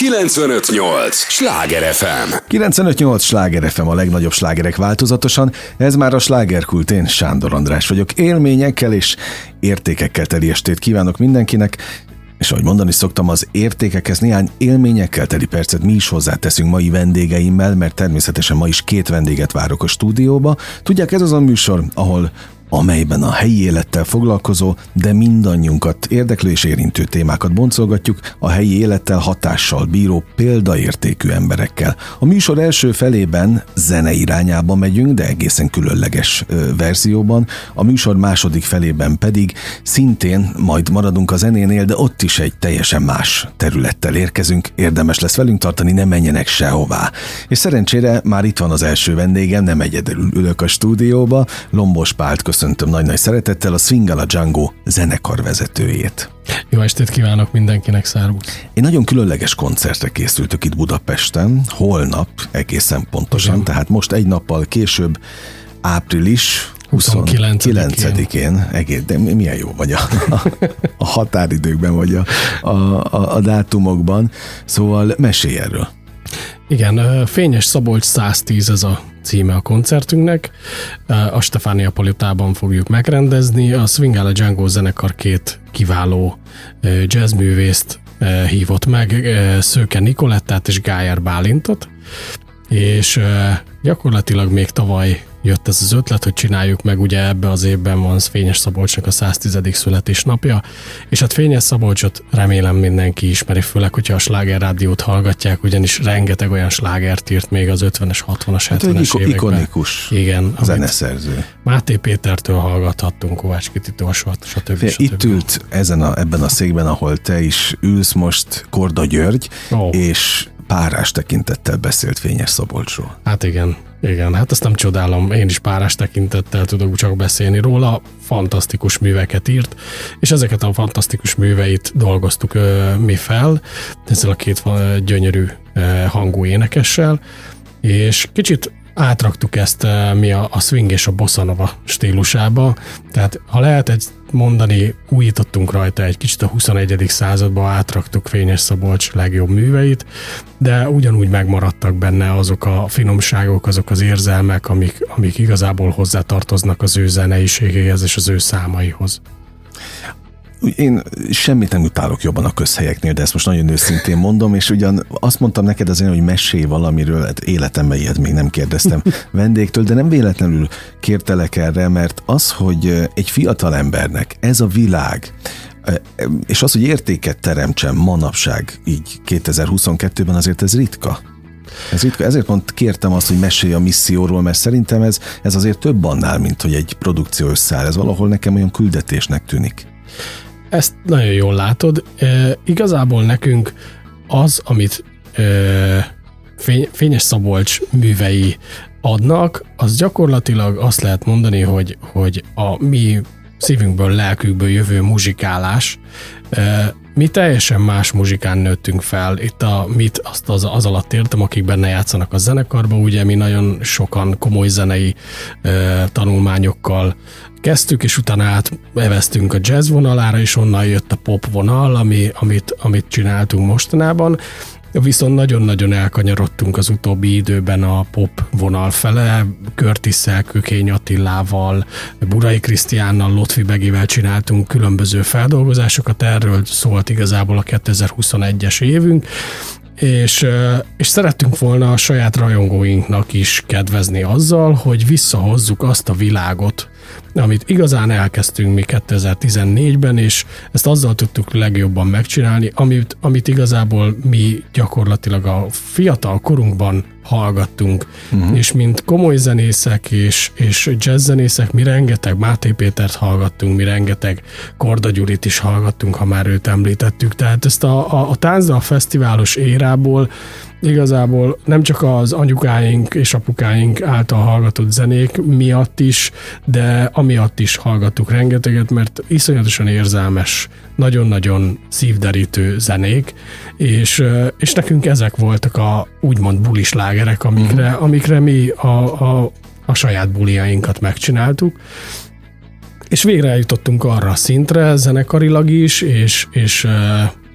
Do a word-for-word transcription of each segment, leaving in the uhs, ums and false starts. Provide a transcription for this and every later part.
kilencvenöt nyolc Sláger ef em. kilencvenöt nyolc Sláger ef em, a legnagyobb slágerek változatosan. Ez már a Slágerkult, én Sándor András vagyok. Élményekkel és értékekkel teli estét kívánok mindenkinek. És ahogy mondani szoktam, az értékekhez néhány élményekkel teli percet mi is hozzáteszünk mai vendégeimmel, mert természetesen ma is két vendéget várok a stúdióba. Tudják, ez az a műsor, ahol amelyben a helyi élettel foglalkozó, de mindannyiunkat érdeklő és érintő témákat boncolgatjuk a helyi élettel hatással bíró példaértékű emberekkel. A műsor első felében zene irányába megyünk, de egészen különleges ö, verzióban. A műsor második felében pedig szintén majd maradunk a zenénél, de ott is egy teljesen más területtel érkezünk. Érdemes lesz velünk tartani, ne menjenek sehová. És szerencsére már itt van az első vendégem, nem egyedül ülök a stúdióba, Lombos Pált köszöntöm nagy-nagy szeretettel, a Swingala Django zenekar vezetőjét. Jó estét kívánok mindenkinek, szervusz! Egy nagyon különleges koncertre készültök itt Budapesten, holnap egészen pontosan, igen. Tehát most egy nappal később, április huszonkilencedikén, egész, de milyen jó vagy a, a határidőkben, vagy a, a, a, a dátumokban, szóval mesélj erről. Igen, Fényes Szabolcs száztíz ez a címe a koncertünknek. A Stefánia Palotában fogjuk megrendezni. A Swingala Django zenekar két kiváló jazzművészt hívott meg, Szőke Nikolettát és Gájer Bálintot, és gyakorlatilag még tavaly jött ez az ötlet, hogy csináljuk meg, ugye ebbe az évben van Fényes Szabolcsnak a száztizedik születésnapja, és hát Fényes Szabolcsot remélem mindenki ismeri, főleg, hogyha a Sláger Rádiót hallgatják, ugyanis rengeteg olyan slágert írt még az ötvenes, hatvanas, hetvenes hát, években. Ikonikus igen, zeneszerző. Máté Pétertől hallgathattunk, Kovács Kititől, stb. stb. Itt ült ezen a, ebben a székben, ahol te is ülsz most, Korda György, oh. és párás tekintettel beszélt Fényes Szabolcsról. Hát igen, igen, hát ezt nem csodálom, én is párás tekintettel tudok csak beszélni róla, fantasztikus műveket írt, és ezeket a fantasztikus műveit dolgoztuk ö, mi fel, ezzel a két gyönyörű ö, hangú énekessel, és kicsit átraktuk ezt uh, mi a, a swing és a bossa nova stílusába, tehát ha lehet egy mondani, újítottunk rajta egy kicsit a huszonegyedik századba, átraktuk Fényes Szabolcs legjobb műveit, de ugyanúgy megmaradtak benne azok a finomságok, azok az érzelmek, amik, amik igazából hozzátartoznak az ő zeneiségéhez és az ő számaihoz. Én semmit nem utálok jobban a közhelyeknél, de ezt most nagyon őszintén mondom, és ugyan azt mondtam neked azért, hogy mesélj valamiről, hát életemben ilyet még nem kérdeztem vendégtől, de nem véletlenül kértelek erre, mert az, hogy egy fiatal embernek ez a világ, és az, hogy értéket teremtsen manapság, így kétezer-huszonkettőben, azért ez ritka. Ez ritka. Ezért pont kértem azt, hogy mesélj a misszióról, mert szerintem ez, ez azért több annál, mint hogy egy produkció összeáll. Ez valahol nekem olyan küldetésnek tűnik. Ezt nagyon jól látod. E, igazából nekünk az, amit e, Fény, Fényes Szabolcs művei adnak, az gyakorlatilag azt lehet mondani, hogy, hogy a mi szívünkből, lelkükből jövő muzsikálás. E, mi teljesen más muzsikán nőttünk fel. Itt a mit azt az, az alatt értem, akik benne játszanak a zenekarba, ugye mi nagyon sokan komoly zenei e, tanulmányokkal kezdtük, és utána áteveztünk a jazz vonalára, és onnan jött a pop vonal, ami, amit, amit csináltunk mostanában. Viszont nagyon-nagyon elkanyarodtunk az utóbbi időben a pop vonal fele, Curtisszel, Kökény Attilával, Burai Krisztiánnal, Lotfi Begivel csináltunk különböző feldolgozásokat, erről szólt igazából a kétezer-huszonegyes évünk, és, és szerettünk volna a saját rajongóinknak is kedvezni azzal, hogy visszahozzuk azt a világot, amit igazán elkezdtünk mi kétezer-tizennégyben, és ezt azzal tudtuk legjobban megcsinálni, amit, amit igazából mi gyakorlatilag a fiatal korunkban hallgattunk, uh-huh. és mint komoly zenészek és, és jazzzenészek mi rengeteg Máté Pétert hallgattunk, mi rengeteg Korda Gyurit is hallgattunk, ha már őt említettük, tehát ezt a, a, a Táncdal fesztiválos érából igazából nem csak az anyukáink és apukáink által hallgatott zenék miatt is, de amiatt is hallgattuk rengeteget, mert iszonyatosan érzelmes, nagyon-nagyon szívderítő zenék, és, és nekünk ezek voltak a úgymond bulislágerek, amikre, uh-huh. amikre mi a, a, a saját buliainkat megcsináltuk. És végre eljutottunk arra a szintre, zenekarilag is, és, és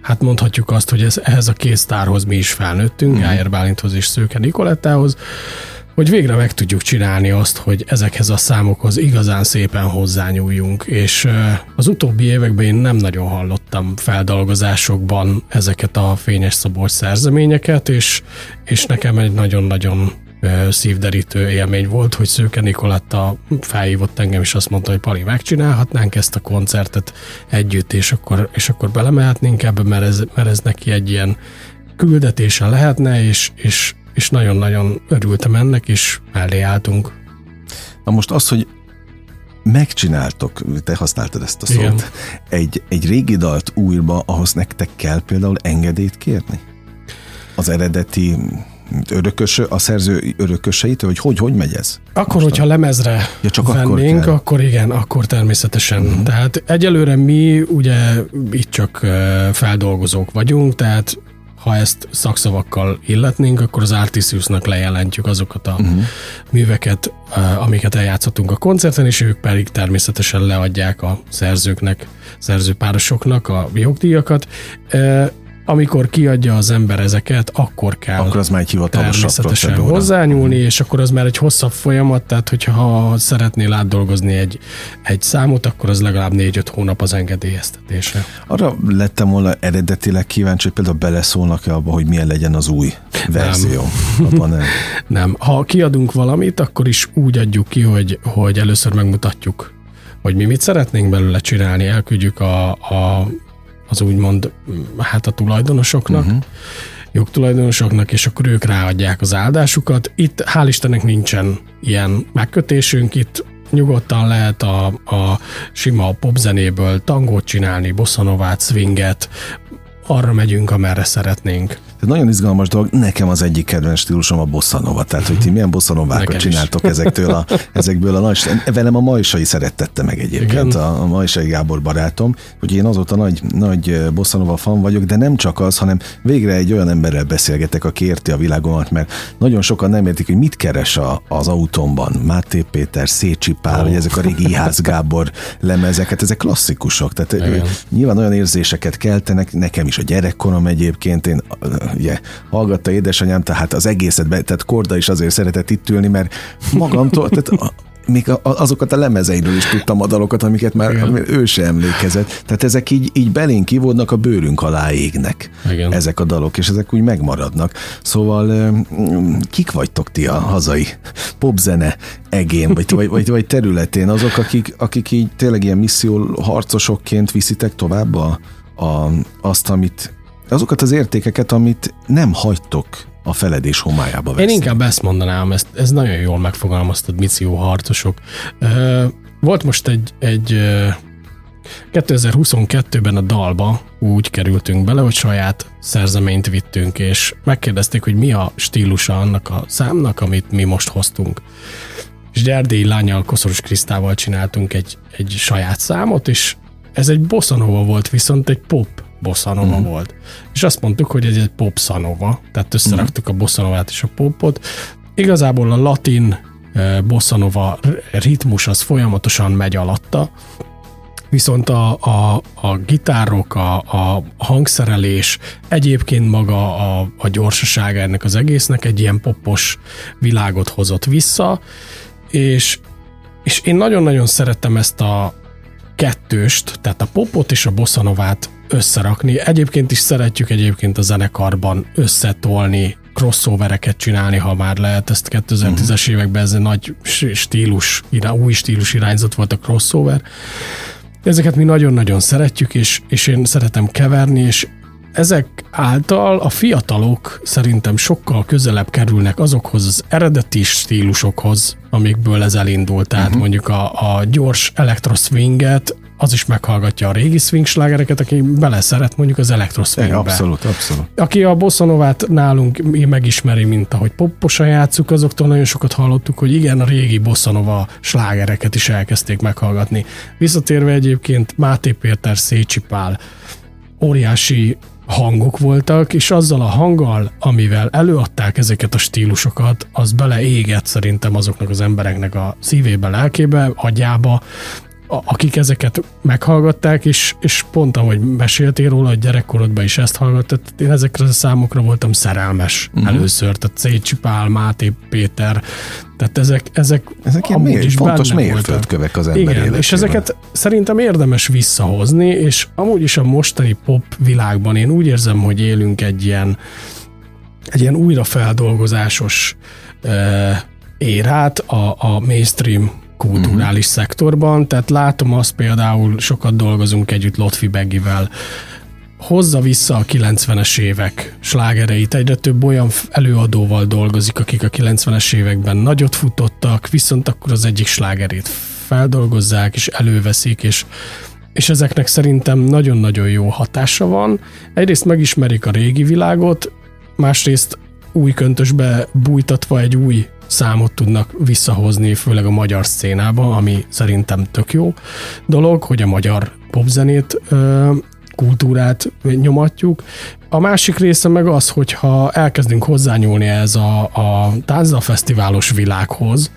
hát mondhatjuk azt, hogy ez, ehhez a két sztárhoz mi is felnőttünk, Gájer uh-huh. Bálinthoz és Szőke Nikolettához, hogy végre meg tudjuk csinálni azt, hogy ezekhez a számokhoz igazán szépen hozzányúljunk, és az utóbbi években én nem nagyon hallottam feldolgozásokban ezeket a Fényes Szabolcs szerzeményeket, és, és nekem egy nagyon-nagyon szívderítő élmény volt, hogy Szőke Nikoletta felhívott engem, és azt mondta, hogy Pali, megcsinálhatnánk ezt a koncertet együtt, és akkor, és akkor belemehetnénk ebbe, mert ez, mert ez neki egy ilyen küldetése lehetne, és, és és nagyon-nagyon örültem ennek, és mellé álltunk. Na most az, hogy megcsináltok, te használtad ezt a szót, egy, egy régi dalt újra, ahhoz nektek kell például engedélyt kérni? Az eredeti örökös, a szerző örököseitől, hogy hogy, hogy megy ez? Akkor, most hogyha a... lemezre ja, csak vennénk, akkor, akkor igen, akkor természetesen. Uh-huh. Tehát egyelőre mi ugye itt csak feldolgozók vagyunk, tehát ha ezt szakszavakkal illetnénk, akkor az Artisiusnak lejelentjük azokat a uh-huh. műveket, amiket eljátszottunk a koncerten, és ők pedig természetesen leadják a szerzőknek, szerzőpárosoknak a jogdíjakat. Amikor kiadja az ember ezeket, akkor kell akkor az már egy természetesen hozzányúlni, és akkor az már egy hosszabb folyamat, tehát hogyha szeretnél átdolgozni egy, egy számot, akkor az legalább négy-öt hónap az engedélyeztetésre. Arra lettem volna eredetileg kíváncsi, hogy például beleszólnak-e abba, hogy milyen legyen az új verzió? Nem. nem. nem. Ha kiadunk valamit, akkor is úgy adjuk ki, hogy, hogy először megmutatjuk, hogy mi mit szeretnénk belőle csinálni, elküldjük a, a az úgymond, hát a tulajdonosoknak, uh-huh. jogtulajdonosoknak, és akkor ők ráadják az áldásukat. Itt hál' Istennek nincsen ilyen megkötésünk, itt nyugodtan lehet a, a sima popzenéből tangót csinálni, bossanovát, swinget, arra megyünk, amerre szeretnénk. Ez nagyon izgalmas dolog. Nekem az egyik kedvenc stílusom a bossanova. Tehát, hogy ti milyen bosszanovákat csináltok ezektől a, ezekből a nagy... Velem a Majsai szerettette meg egyébként, a, a Majsai Gábor barátom, hogy én azóta nagy, nagy bossanova fan vagyok, de nem csak az, hanem végre egy olyan emberrel beszélgetek, aki érti a világomat, mert nagyon sokan nem értik, hogy mit keres a, az autómban. Máté Péter, Szécsi Pál, oh. vagy ezek a régi Ihász Gábor lemezeket, ezek klasszikusok. Tehát igen. Nyilván olyan érzéseket keltenek, nekem is a gyerekkorom egyébként, én ugye, hallgatta édesanyám, tehát az egészet, be, tehát Korda is azért szeretett itt ülni, mert magamtól, tehát a, még a, azokat a lemezeiről is tudtam a dalokat, amiket már igen. ő se emlékezett. Tehát ezek így, így belénk kivódnak, a bőrünk alá égnek. Igen. Ezek a dalok, és ezek úgy megmaradnak. Szóval kik vagytok ti a hazai popzene egén, vagy, vagy, vagy, vagy területén? Azok, akik, akik így tényleg ilyen misszió harcosokként viszitek tovább a, a, azt, amit azokat az értékeket, amit nem hagytok a feledés homályába veszni. Én inkább ezt mondanám, ezt, ez nagyon jól megfogalmaztad, misszióharcosok. Volt most egy, egy kétezer-huszonkettőben a dalba úgy kerültünk bele, hogy saját szerzeményt vittünk, és megkérdezték, hogy mi a stílusa annak a számnak, amit mi most hoztunk. És Erdélyi lányal, Koszorús Krisztával csináltunk egy, egy saját számot, és ez egy bossanova volt, viszont egy pop bossanova mm. volt. És azt mondtuk, hogy ez egy popsanova, tehát összeraktuk mm. a bossanovát és a popot. Igazából a latin uh, bossanova ritmus az folyamatosan megy alatta, viszont a, a, a gitárok, a, a hangszerelés, egyébként maga a, a gyorsasága ennek az egésznek egy ilyen popos világot hozott vissza, és, és én nagyon-nagyon szerettem ezt a kettőst, tehát a popot és a bossanovát összerakni. Egyébként is szeretjük egyébként a zenekarban összetolni, crossovereket csinálni, ha már lehet. Ezt kétezer-tízes uh-huh. években ez egy nagy stílus, új stílus irányzat volt a crossover. Ezeket mi nagyon-nagyon szeretjük, és, és én szeretem keverni, és ezek által a fiatalok szerintem sokkal közelebb kerülnek azokhoz az eredeti stílusokhoz, amikből ez elindult. Tehát uh-huh. mondjuk a, a gyors elektroszwinget, az is meghallgatja a régi swing slágereket, aki beleszeret mondjuk az elektroszwingbe. Abszolút, abszolút. Aki a bossanovát nálunk megismeri, mint ahogy popposan játsszuk, azoktól nagyon sokat hallottuk, hogy igen, a régi bossanova slágereket is elkezdték meghallgatni. Visszatérve egyébként Máté Péter, Szécsi Pál óriási hangok voltak, és azzal a hanggal, amivel előadták ezeket a stílusokat, az beleégett szerintem azoknak az embereknek a szívébe, lelkébe, agyába, akik ezeket meghallgatták, és, és pont ahogy meséltél róla, hogy gyerekkorodban is ezt hallgattad, én ezekre a számokra voltam szerelmes uh-huh. először, tehát Szécsi Pál, Máté Péter, tehát ezek, ezek, ezek amúgy mér, is fontos mérföldkövek az ember Igen, életében. És ezeket szerintem érdemes visszahozni, és amúgy is a mostani pop világban én úgy érzem, hogy élünk egy ilyen, egy ilyen újrafeldolgozásos uh, érát a, a mainstream kulturális uh-huh. szektorban, tehát látom azt például, sokat dolgozunk együtt Lotfi Beggivel, hozza vissza a kilencvenes évek slágereit, egyre több olyan előadóval dolgozik, akik a kilencvenes években nagyot futottak, viszont akkor az egyik slágerét feldolgozzák, és előveszik, és, és ezeknek szerintem nagyon-nagyon jó hatása van. Egyrészt megismerik a régi világot, másrészt új köntösbe bújtatva egy új számot tudnak visszahozni, főleg a magyar szcénába, ami szerintem tök jó dolog, hogy a magyar popzenét, kultúrát nyomatjuk. A másik része meg az, hogyha elkezdünk hozzányúlni ez a, a táncdalfesztiválos világhoz,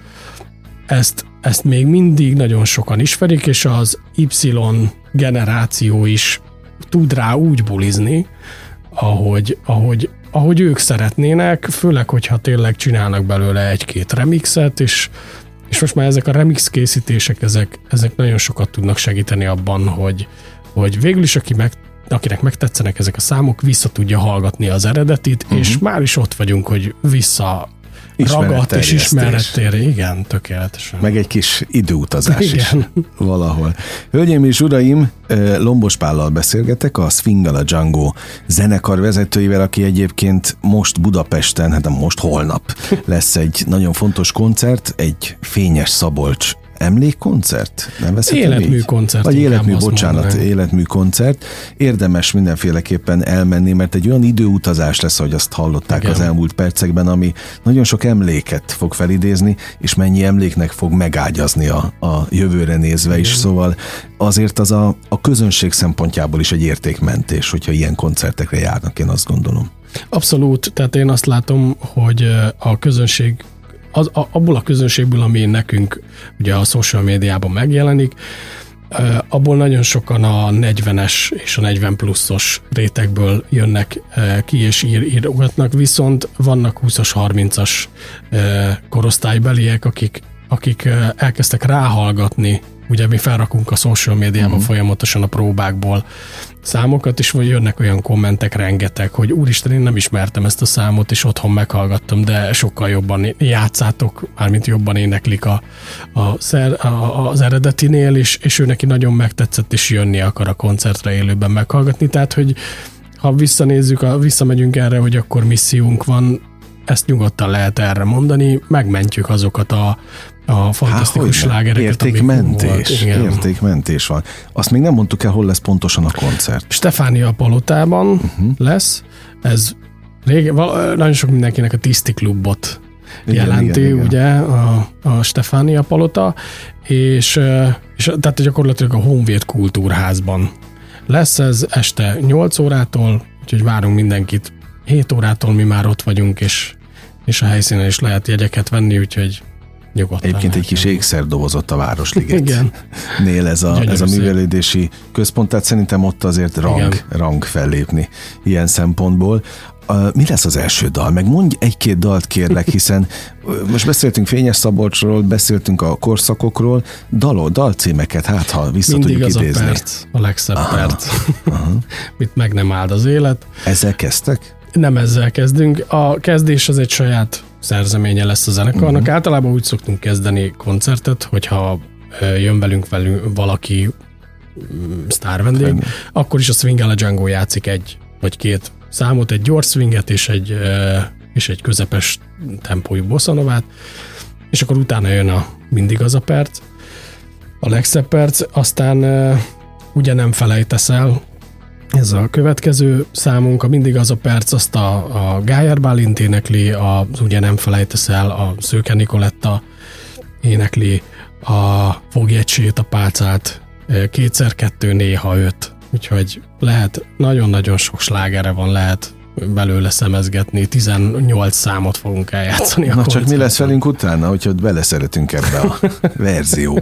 ezt, ezt még mindig nagyon sokan ismerik, és az Y generáció is tud rá úgy bulizni, ahogy, ahogy ahogy ők szeretnének, főleg, hogyha tényleg csinálnak belőle egy-két remixet, és, és most már ezek a remix készítések, ezek, ezek nagyon sokat tudnak segíteni abban, hogy, hogy végül is aki meg, akinek megtetszenek ezek a számok, vissza tudja hallgatni az eredetit, uh-huh. és már is ott vagyunk, hogy vissza ragadt és ismerettér. Igen, tökéletesen. Meg egy kis időutazás Igen. is valahol. Hölgyeim és uraim, Lombos Pállal beszélgetek, a Swingala Django zenekar vezetőivel, aki egyébként most Budapesten, hát most holnap lesz egy nagyon fontos koncert, egy Fényes Szabolcs emlékkoncert? Nem életműkoncert. Vagy életmű, bocsánat, életműkoncert. Érdemes mindenféleképpen elmenni, mert egy olyan időutazás lesz, ahogy azt hallották Igen. az elmúlt percekben, ami nagyon sok emléket fog felidézni, és mennyi emléknek fog megágyazni a, a jövőre nézve Igen. is. Szóval azért az a, a közönség szempontjából is egy értékmentés, hogyha ilyen koncertekre járnak, én azt gondolom. Abszolút, tehát én azt látom, hogy a közönség Az, abból a közönségből, ami nekünk ugye a social médiában megjelenik, abból nagyon sokan a negyvenes és a negyven pluszos rétegből jönnek ki és ír, írogatnak, viszont vannak húszas, harmincas korosztálybeliek, akik, akik elkezdtek ráhallgatni. Ugye mi felrakunk a social médiában uh-huh. folyamatosan a próbákból számokat, és vagy jönnek olyan kommentek rengeteg, hogy úristen, én nem ismertem ezt a számot, és otthon meghallgattam, de sokkal jobban játszátok, mármint jobban éneklik a, a, szer, a, az eredetinél, és, és ő neki nagyon megtetszett, és jönni akar a koncertre élőben meghallgatni. Tehát, hogy ha visszanézzük, a, visszamegyünk erre, hogy akkor missziónk van, ezt nyugodtan lehet erre mondani, megmentjük azokat a a fantasztikus slágereket. Értékmentés, értékmentés van. Azt még nem mondtuk el, hol lesz pontosan a koncert. Stefánia Palotában uh-huh. lesz. Ez régen, nagyon sok mindenkinek a Tiszti Klubot igen, jelenti, igen, ugye, igen. A, a Stefánia Palota, és, és tehát gyakorlatilag a Honvéd Kultúrházban lesz ez este nyolc órától, úgyhogy várunk mindenkit. hét órától mi már ott vagyunk, és, és a helyszínen is lehet jegyeket venni, úgyhogy nyugodtan. Egyébként egy kis ékszerdobozott a Városliget. Igen. Nél ez a, ez a művelődési központ, tehát szerintem ott azért rang, rang fellépni ilyen szempontból. Uh, mi lesz az első dal? Meg mondj egy-két dalt kérlek, hiszen most beszéltünk Fényes Szabolcsról, beszéltünk a korszakokról, daló, dalcímeket, hát ha vissza mindig tudjuk idézni. Mindig az a perc, a legszebb aha, perc, aha. Mit meg nem áld az élet. Ezzel kezdtek? Nem ezzel kezdünk. A kezdés az egy saját szerzeménye lesz a zenekarnak. Uh-huh. Általában úgy szoktunk kezdeni koncertet, hogyha jön velünk, velünk valaki sztárvendég, Fenni. akkor is a Swingala Django játszik egy vagy két számot, egy gyors swinget és egy, és egy közepes tempójú bossanovát, és akkor utána jön a mindig az a perc, a legszebb perc, aztán ugye nem felejtesz el, ez a következő számunk, a mindig az a perc, azt a, a Gályár Bálint énekli, az ugye nem felejtesz el, a Szőke Nikoletta énekli, a Fogj egy sét a pálcát, kétszer kettő, néha öt. Úgyhogy lehet, nagyon-nagyon sok slágere van, lehet belőle szemezgetni, tizennyolc számot fogunk eljátszani. Na csak mi lesz velünk utána, hogyha beleszeretünk ebbe a verzióba?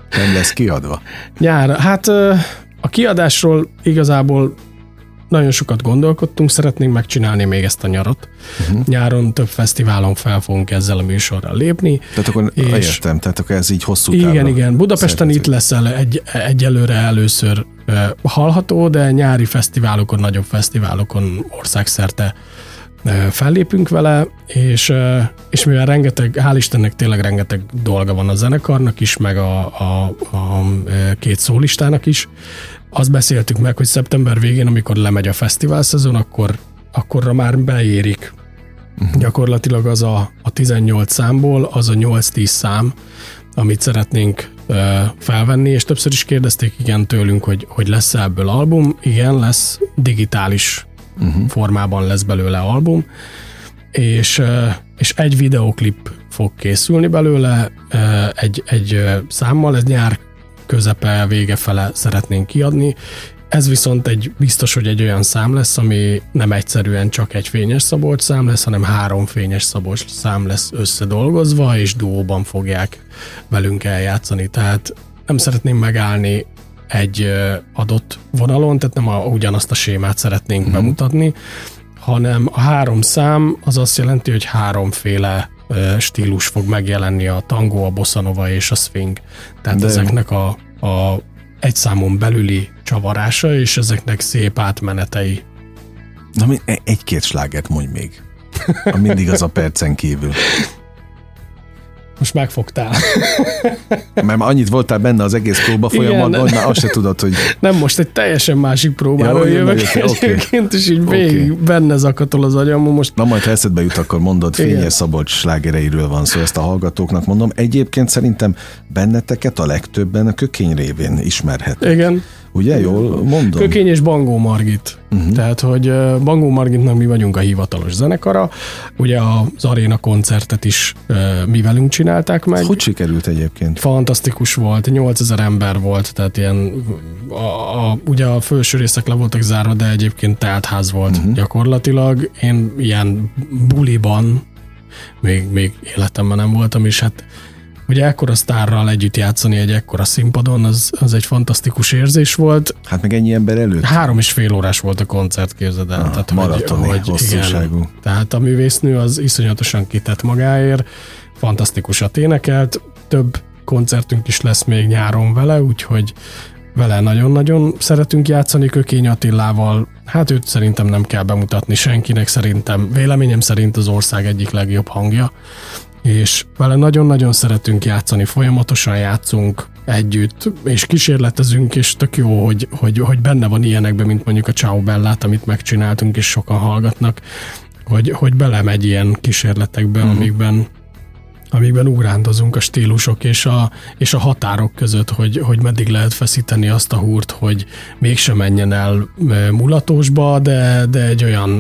Nem lesz kiadva? Nyár, hát a kiadásról igazából nagyon sokat gondolkodtunk, szeretnénk megcsinálni még ezt a nyarat. Uh-huh. Nyáron több fesztiválon fel fogunk ezzel a műsorral lépni. Tehát akkor és értem, tehát akkor ez így hosszú távra. Igen, igen. Budapesten itt lesz el egy, egyelőre először uh, hallható, de nyári fesztiválokon, nagyobb fesztiválokon országszerte uh, fellépünk vele, és, uh, és mivel rengeteg, hál' Istennek tényleg rengeteg dolga van a zenekarnak is, meg a, a, a, a két szólistának is, azt beszéltük meg, hogy szeptember végén, amikor lemegy a fesztivál szezon, akkor, akkorra már beérik. Uh-huh. Gyakorlatilag az a, a tizennyolc számból, az a nyolc-tíz szám, amit szeretnénk uh, felvenni, és többször is kérdezték igen tőlünk, hogy, hogy lesz ebből album. Igen, lesz, digitális uh-huh. formában lesz belőle album, és, uh, és egy videoklip fog készülni belőle, uh, egy, egy uh, számmal, ez nyár közepe, vége fele szeretnénk kiadni. Ez viszont egy biztos, hogy egy olyan szám lesz, ami nem egyszerűen csak egy Fényes Szabolcs szám lesz, hanem három Fényes Szabolcs szám lesz összedolgozva, és duóban fogják velünk eljátszani. Tehát nem szeretném megállni egy adott vonalon, tehát nem a, ugyanazt a sémát szeretnénk uh-huh. bemutatni, hanem a három szám az azt jelenti, hogy háromféle stílus fog megjelenni, a tangó, a bossa nova és a swing. Tehát de ezeknek a, a egy számon belüli csavarása, és ezeknek szép átmenetei. Na, egy-két slágert mondj még. A mindig az a percen kívül. Most megfogtál. Mert annyit voltál benne az egész próba folyamatban, hogy már azt se tudod, hogy... Nem, most egy teljesen másik próbáról ja, jövök, egyébként, okay. És így végig okay. benne zakatol az agyamon most. Na majd, ha eszedbe jut, akkor mondod, Fényes Szabolcs slágereiről van szó, ezt a hallgatóknak mondom. Egyébként szerintem benneteket a legtöbben a Kökény révén ismerhet. Igen. Ugye, jól mondom? Kökény és Bangó Margit. Uh-huh. Tehát, hogy Bangó Margitnak mi vagyunk a hivatalos zenekara, ugye az aréna koncertet is mi velünk csinálták meg. Hogy sikerült egyébként? Fantasztikus volt, nyolcezer ember volt, tehát ilyen, a, a, ugye a felső részek le voltak zárva, de egyébként teltház volt uh-huh. gyakorlatilag. Én ilyen buliban még, még életemben nem voltam, és hát ugye ekkora sztárral együtt játszani egy ekkora színpadon, az, az egy fantasztikus érzés volt. Hát meg ennyi ember előtt? Három és fél órás volt a koncert, képzeld el. Ah, tehát, maratoni, hogy, hosszúságú. Igen, tehát a művésznő az iszonyatosan kitett magáért, fantasztikusat énekelt, több koncertünk is lesz még nyáron vele, úgyhogy vele nagyon-nagyon szeretünk játszani Kökény Attilával. Hát őt szerintem nem kell bemutatni senkinek, szerintem, véleményem szerint az ország egyik legjobb hangja, és vele nagyon-nagyon szeretünk játszani, folyamatosan játszunk együtt, és kísérletezünk, és tök jó, hogy, hogy, hogy benne van ilyenekben, mint mondjuk a Ciao Bellát, amit megcsináltunk, és sokan hallgatnak, hogy, hogy belemegy ilyen kísérletekbe, mm. amikben, amikben ugrándozunk a stílusok és a, és a határok között, hogy, hogy meddig lehet feszíteni azt a húrt, hogy mégsem menjen el mulatósba, de, de egy olyan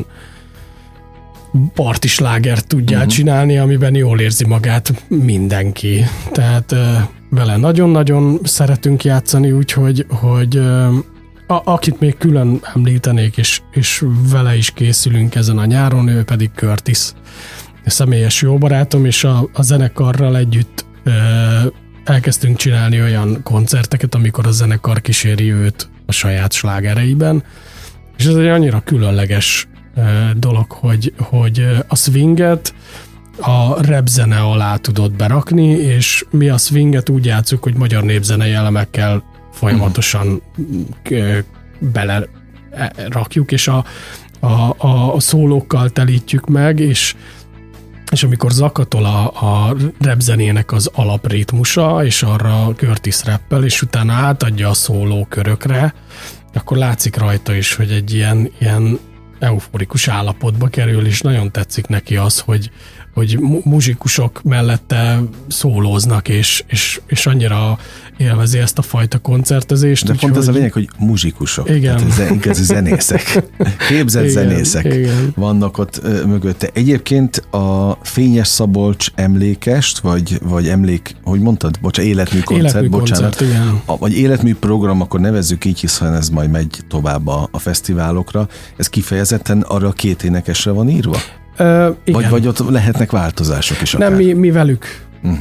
parti slágert tudjál uh-huh. csinálni, amiben jól érzi magát mindenki. Tehát uh, vele nagyon-nagyon szeretünk játszani, úgyhogy hogy, uh, a, akit még külön említenék, és, és vele is készülünk ezen a nyáron, ő pedig Curtis, a személyes jó barátom, és a, a zenekarral együtt uh, elkezdtünk csinálni olyan koncerteket, amikor a zenekar kíséri őt a saját slágereiben, és ez egy annyira különleges dolog, hogy, hogy a swinget a rap zene alá tudod berakni, és mi a swinget úgy játszuk, hogy magyar népzenei elemekkel folyamatosan uh-huh. bele rakjuk, és a, a, a szólókkal telítjük meg, és, és amikor zakatol a, a rap zenének az alapritmusa, és arra Curtis rappel, és utána átadja a szólókörökre, akkor látszik rajta is, hogy egy ilyen, ilyen euforikus állapotba kerül, és nagyon tetszik neki az, hogy, hogy muzsikusok mellette szólóznak, és, és, és annyira élvezi ezt a fajta koncertezést. De pont ez a lényeg, hogy muzsikusok. Igen. Tehát igazi zenészek. Képzett igen, zenészek igen. vannak ott ö, mögötte. Egyébként a Fényes Szabolcs emlékest, vagy, vagy emlék, hogy mondtad? Bocsánat, életmű koncert, életmű bocsánat. Koncert, igen. A, vagy életmű program, akkor nevezzük így, hiszen ez majd megy tovább a, a fesztiválokra. Ez kifejezetten arra a két énekesre van írva? Ö, igen. Vagy, vagy ott lehetnek változások is akár? Nem, mi, mi velük. Uh-huh.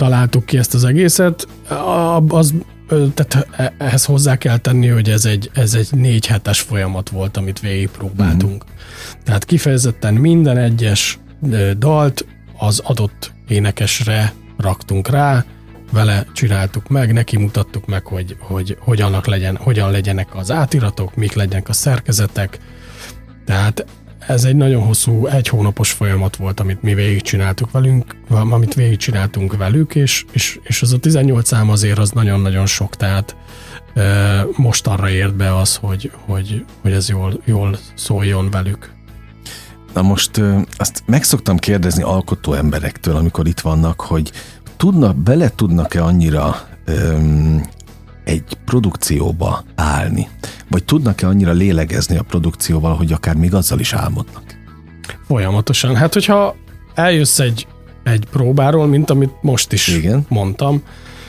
találtuk ki ezt az egészet. Az, tehát ehhez hozzá kell tenni, hogy ez egy, ez egy négy hetes folyamat volt, amit végigpróbáltunk. Mm. Tehát kifejezetten minden egyes dalt az adott énekesre raktunk rá, vele csináltuk meg, neki mutattuk meg, hogy, hogy hogyan, legyen, hogyan legyenek az átiratok, mik legyenek a szerkezetek. Tehát ez egy nagyon hosszú, egy hónapos folyamat volt, amit mi végigcsináltuk velünk, amit végigcsináltunk velük, és, és, és az a tizennyolc szám azért az nagyon-nagyon sok, tehát e, most arra ért be az, hogy, hogy, hogy ez jól, jól szóljon velük. Na most azt meg szoktam kérdezni alkotó emberektől, amikor itt vannak, hogy tudnak, bele tudnak-e annyira öm, egy produkcióba állni? Vagy tudnak-e annyira lélegezni a produkcióval, hogy akár még azzal is álmodnak? Folyamatosan. Hát, hogyha eljössz egy, egy próbáról, mint amit most is Igen. mondtam,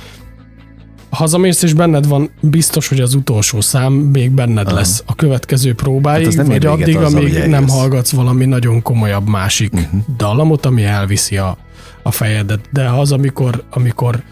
hazamész és benned van, biztos, hogy az utolsó szám még benned Aha. lesz a következő próbáig, hát vagy addig, azzal, amíg nem hallgatsz valami nagyon komolyabb másik uh-huh. dallamot, ami elviszi a, a fejedet. De az, amikor, amikor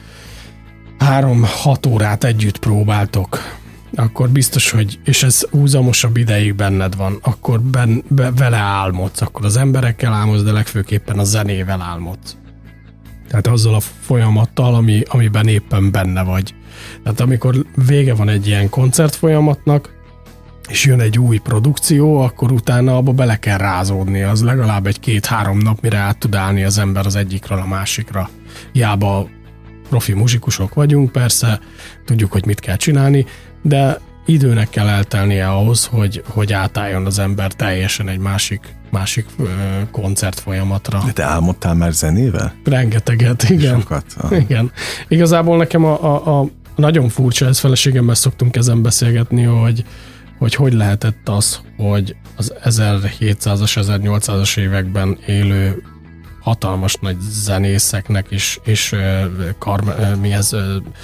három-hat órát együtt próbáltok, akkor biztos, hogy, és ez húzamosabb ideig benned van, akkor ben, be, vele álmodsz, akkor az emberekkel álmodsz, de legfőképpen a zenével álmodsz. Tehát azzal a folyamattal, ami, amiben éppen benne vagy. Tehát amikor vége van egy ilyen koncert folyamatnak, és jön egy új produkció, akkor utána abba bele kell rázódni. Az legalább egy két-három nap, mire át tud állni az ember az egyikről a másikra. Hiába profi muzsikusok vagyunk, persze tudjuk, hogy mit kell csinálni, de időnek kell eltelnie ahhoz, hogy, hogy átálljon az ember teljesen egy másik, másik ö, koncert folyamatra. De te álmodtál már zenével? Rengeteget, igen. Sokat? Ah. Igen. Igazából nekem a, a, a nagyon furcsa, ez feleségemmel szoktunk ezen beszélgetni, hogy hogy hogy lehetett az, hogy az ezerhétszázas, ezernyolcszázas években élő hatalmas nagy zenészeknek és, és kar, mi ez,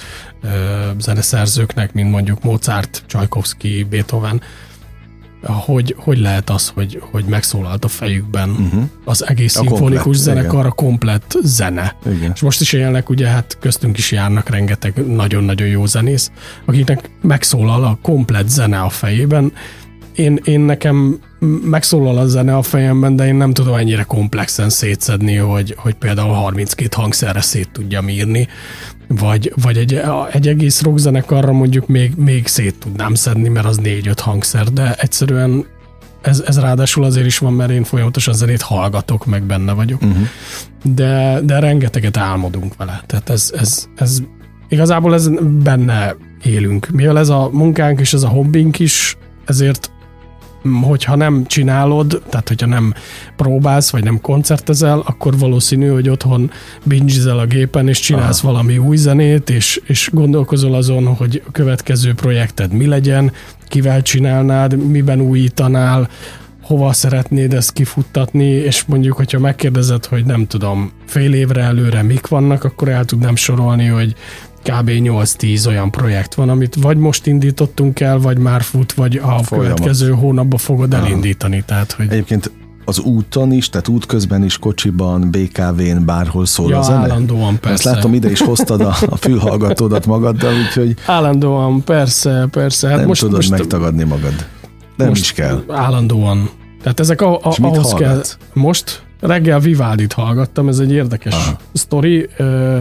zeneszerzőknek, mint mondjuk Mozart, Csajkovszky, Beethoven, hogy, hogy lehet az, hogy, hogy megszólalt a fejükben uh-huh. az egész a szimfonikus zenekar, a komplett zene. Igen. És most is élnek, ugye hát köztünk is járnak rengeteg nagyon-nagyon jó zenész, akiknek megszólal a komplett zene a fejében. Én, én nekem megszólal a zene a fejemben, de én nem tudom ennyire komplexen szétszedni, hogy, hogy például harminckét hangszerre szét tudjam írni, vagy, vagy egy, egy egész rockzenekarra mondjuk még, még szét tudnám szedni, mert az négy-öt hangszer, de egyszerűen ez, ez ráadásul azért is van, mert én folyamatosan zenét hallgatok, meg benne vagyok, uh-huh. de, de rengeteget álmodunk vele, tehát ez, ez, ez igazából ez benne élünk. Mivel ez a munkánk és ez a hobbink is, ezért hogyha nem csinálod, tehát hogyha nem próbálsz, vagy nem koncertezel, akkor valószínű, hogy otthon binge-zel a gépen, és csinálsz Aha. valami új zenét, és, és gondolkozol azon, hogy a következő projekted mi legyen, kivel csinálnád, miben újítanál, hova szeretnéd ezt kifuttatni, és mondjuk, hogyha megkérdezed, hogy nem tudom, fél évre előre mik vannak, akkor el tudnám sorolni, hogy kb. nyolc-tíz olyan projekt van, amit vagy most indítottunk el, vagy már fut, vagy a Folyamat. következő hónapban fogod elindítani. Tehát, hogy... Egyébként az úton is, tehát útközben is, kocsiban, bé ká vén, bárhol szól ja, a zene? állandóan, persze. Ezt látom, ide is hoztad a, a fülhallgatódat magaddal, úgyhogy... Állandóan, persze, persze. Hát nem most, tudod most, megtagadni magad. Nem is kell. Állandóan. Tehát ezek a, a, ahhoz kell... Most reggel Vivaldit hallgattam, ez egy érdekes Aha. sztori.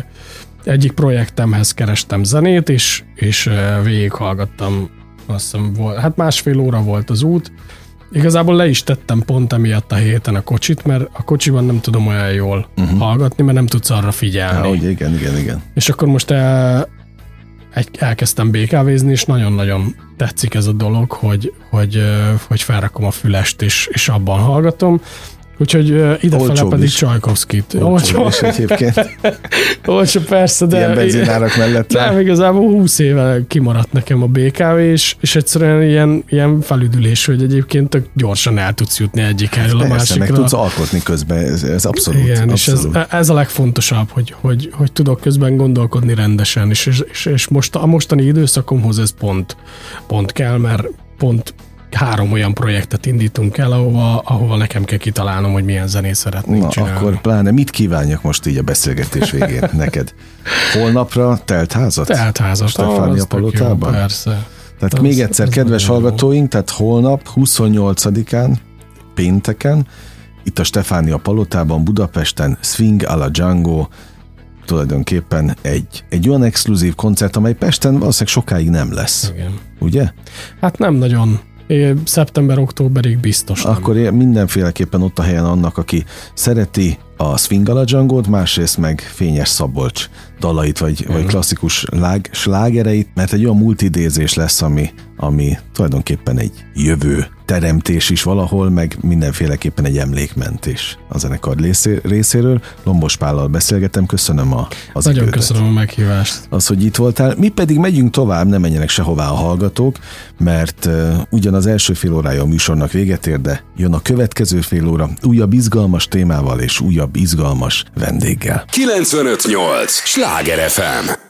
Egyik projektemhez kerestem zenét, és, és végighallgattam, azt hiszem, volt, hát másfél óra volt az út. Igazából le is tettem pont emiatt a héten a kocsit, mert a kocsiban nem tudom olyan jól uh-huh. hallgatni, mert nem tudsz arra figyelni. Ja, igen, igen, igen. És akkor most el, egy, elkezdtem bé ká vézni, és nagyon-nagyon tetszik ez a dolog, hogy, hogy, hogy felrakom a fülest, és, és abban hallgatom. Úgyhogy uh, idefele pedig Csajkovszkit. Olcsó is egyébként. Olcsó, persze, de... Ilyen benzinárak mellett. Nem, igazából húsz éve kimaradt nekem a bé ká vé, és, és egyszerűen ilyen, ilyen felüdülés, hogy egyébként tök gyorsan el tudsz jutni egyik helyről a másikra. Meg tudsz alkotni közben, ez, ez abszolút. Igen, abszolút. és ez, ez a legfontosabb, hogy, hogy, hogy tudok közben gondolkodni rendesen, és, és, és most a mostani időszakomhoz ez pont, pont kell, mert pont három olyan projektet indítunk el, ahova, ahova nekem kell kitalálnom, hogy milyen zenét szeretnénk Na, csinálni. akkor pláne mit kívánjak most így a beszélgetés végén neked? Holnapra teltházat? Teltházat. Stefánia Palotában? Persze. Tehát az, még egyszer, kedves hallgatóink, jó. tehát holnap, huszonnyolcadikán, pénteken, itt a Stefánia Palotában, Budapesten, Swing a la Django, tulajdonképpen egy, egy olyan exkluzív koncert, amely Pesten valószínűleg sokáig nem lesz. Igen. Ugye? Hát nem nagyon. Szeptember-októberig biztos nem. Akkor mindenféleképpen ott a helyen annak, aki szereti a Swing a la Django-t, másrészt meg Fényes Szabolcs dalait, vagy, vagy klasszikus lág, slágereit, mert egy olyan multidézés lesz, ami, ami tulajdonképpen egy jövő teremtés is valahol, meg mindenféleképpen egy emlékmentés a zenekar részéről. Lombos Pállal beszélgetem, köszönöm a, az Nagyon idődet. köszönöm a meghívást. Az, hogy itt voltál. Mi pedig megyünk tovább, nem menjenek sehová a hallgatók, mert uh, ugyan az első fél órája a műsornak véget ér, de jön a következő fél óra újabb izgalmas témával és újabb izgalmas vendéggel. kilencvenöt nyolc Sláger ef em